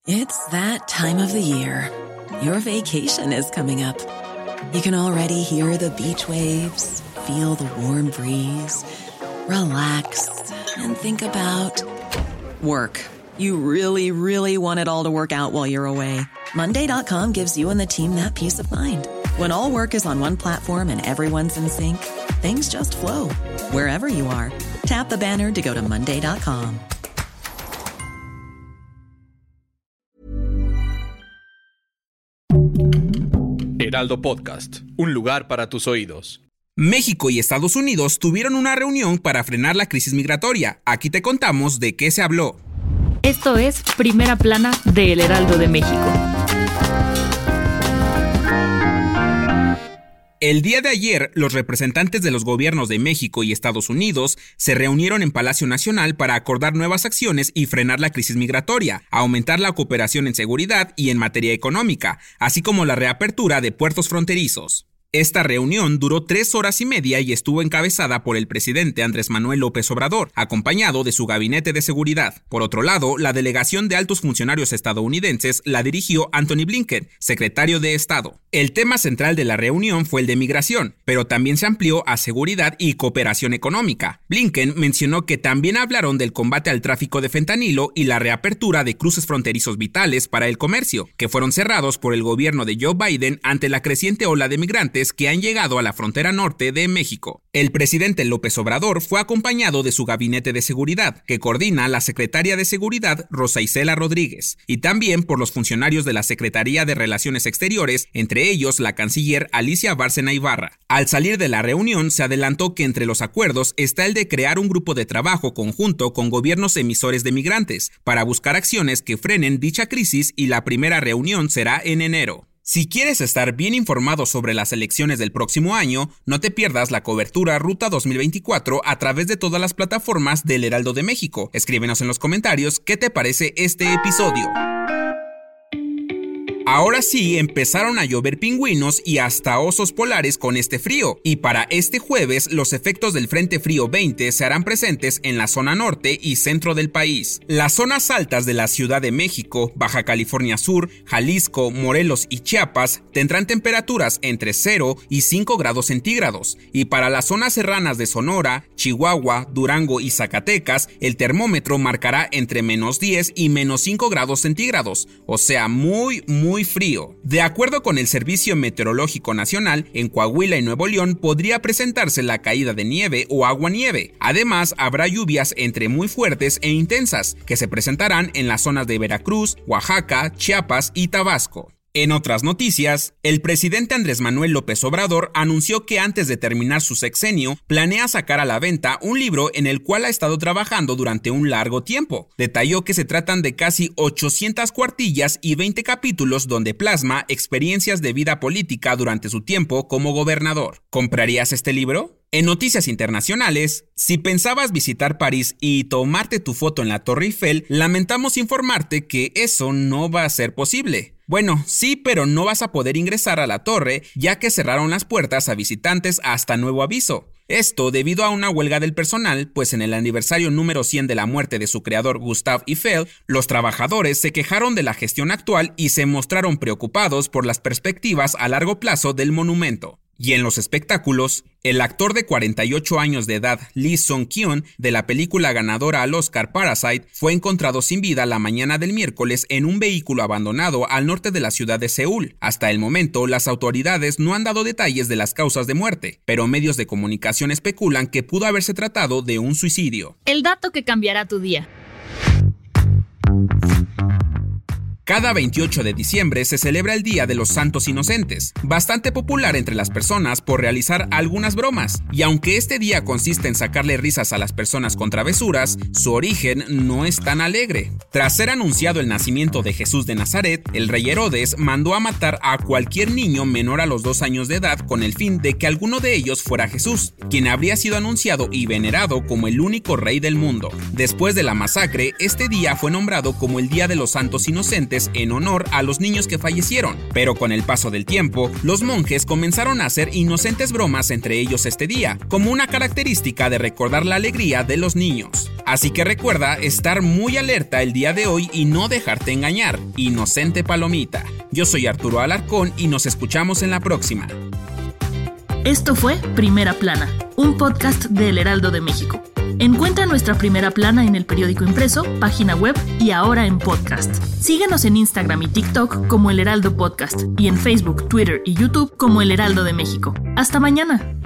It's that time of the year. Your vacation is coming up. You can already hear the beach waves, feel the warm breeze, relax, and think about work. You really, really want it all to work out while you're away. Monday.com gives you and the team that peace of mind. When all work is on one platform and everyone's in sync, things just flow. Wherever you are, tap the banner to go to Monday.com. Heraldo Podcast, un lugar para tus oídos. México y Estados Unidos tuvieron una reunión para frenar la crisis migratoria. Aquí te contamos de qué se habló. Esto es Primera Plana de El Heraldo de México. El día de ayer, los representantes de los gobiernos de México y Estados Unidos se reunieron en Palacio Nacional para acordar nuevas acciones y frenar la crisis migratoria, aumentar la cooperación en seguridad y en materia económica, así como la reapertura de puertos fronterizos. Esta reunión duró 3 horas y media y estuvo encabezada por el presidente Andrés Manuel López Obrador, acompañado de su gabinete de seguridad. Por otro lado, la delegación de altos funcionarios estadounidenses la dirigió Antony Blinken, secretario de Estado. El tema central de la reunión fue el de migración, pero también se amplió a seguridad y cooperación económica. Blinken mencionó que también hablaron del combate al tráfico de fentanilo y la reapertura de cruces fronterizos vitales para el comercio, que fueron cerrados por el gobierno de Joe Biden ante la creciente ola de migrantes que han llegado a la frontera norte de México. El presidente López Obrador fue acompañado de su gabinete de seguridad, que coordina la secretaria de Seguridad Rosa Isela Rodríguez, y también por los funcionarios de la Secretaría de Relaciones Exteriores, entre ellos la canciller Alicia Bárcena Ibarra. Al salir de la reunión se adelantó que entre los acuerdos está el de crear un grupo de trabajo conjunto con gobiernos emisores de migrantes para buscar acciones que frenen dicha crisis, y la primera reunión será en enero. Si quieres estar bien informado sobre las elecciones del próximo año, no te pierdas la cobertura Ruta 2024 a través de todas las plataformas del Heraldo de México. Escríbenos en los comentarios qué te parece este episodio. Ahora sí, empezaron a llover pingüinos y hasta osos polares con este frío, y para este jueves los efectos del Frente Frío 20 se harán presentes en la zona norte y centro del país. Las zonas altas de la Ciudad de México, Baja California Sur, Jalisco, Morelos y Chiapas tendrán temperaturas entre 0 y 5 grados centígrados, y para las zonas serranas de Sonora, Chihuahua, Durango y Zacatecas, el termómetro marcará entre -10 y -5 grados centígrados, o sea, muy frío. De acuerdo con el Servicio Meteorológico Nacional, en Coahuila y Nuevo León podría presentarse la caída de nieve o aguanieve. Además, habrá lluvias entre muy fuertes e intensas, que se presentarán en las zonas de Veracruz, Oaxaca, Chiapas y Tabasco. En otras noticias, el presidente Andrés Manuel López Obrador anunció que antes de terminar su sexenio, planea sacar a la venta un libro en el cual ha estado trabajando durante un largo tiempo. Detalló que se tratan de casi 800 cuartillas y 20 capítulos donde plasma experiencias de vida política durante su tiempo como gobernador. ¿Comprarías este libro? En noticias internacionales, si pensabas visitar París y tomarte tu foto en la Torre Eiffel, lamentamos informarte que eso no va a ser posible. Bueno, sí, pero no vas a poder ingresar a la torre, ya que cerraron las puertas a visitantes hasta nuevo aviso. Esto debido a una huelga del personal, pues en el aniversario número 100 de la muerte de su creador Gustave Eiffel, los trabajadores se quejaron de la gestión actual y se mostraron preocupados por las perspectivas a largo plazo del monumento. Y en los espectáculos, el actor de 48 años de edad Lee Sung-kyun, de la película ganadora al Oscar Parasite, fue encontrado sin vida la mañana del miércoles en un vehículo abandonado al norte de la ciudad de Seúl. Hasta el momento, las autoridades no han dado detalles de las causas de muerte, pero medios de comunicación especulan que pudo haberse tratado de un suicidio. El dato que cambiará tu día. Cada 28 de diciembre se celebra el Día de los Santos Inocentes, bastante popular entre las personas por realizar algunas bromas, y aunque este día consiste en sacarle risas a las personas con travesuras, su origen no es tan alegre. Tras ser anunciado el nacimiento de Jesús de Nazaret, el rey Herodes mandó a matar a cualquier niño menor a los 2 años de edad con el fin de que alguno de ellos fuera Jesús, quien habría sido anunciado y venerado como el único rey del mundo. Después de la masacre, este día fue nombrado como el Día de los Santos Inocentes inocentes en honor a los niños que fallecieron. Pero con el paso del tiempo, los monjes comenzaron a hacer inocentes bromas entre ellos este día, como una característica de recordar la alegría de los niños. Así que recuerda estar muy alerta el día de hoy y no dejarte engañar. Inocente palomita. Yo soy Arturo Alarcón y nos escuchamos en la próxima. Esto fue Primera Plana, un podcast de El Heraldo de México. Encuentra nuestra Primera Plana en el periódico impreso, página web y ahora en podcast. Síguenos en Instagram y TikTok como El Heraldo Podcast y en Facebook, Twitter y YouTube como El Heraldo de México. ¡Hasta mañana!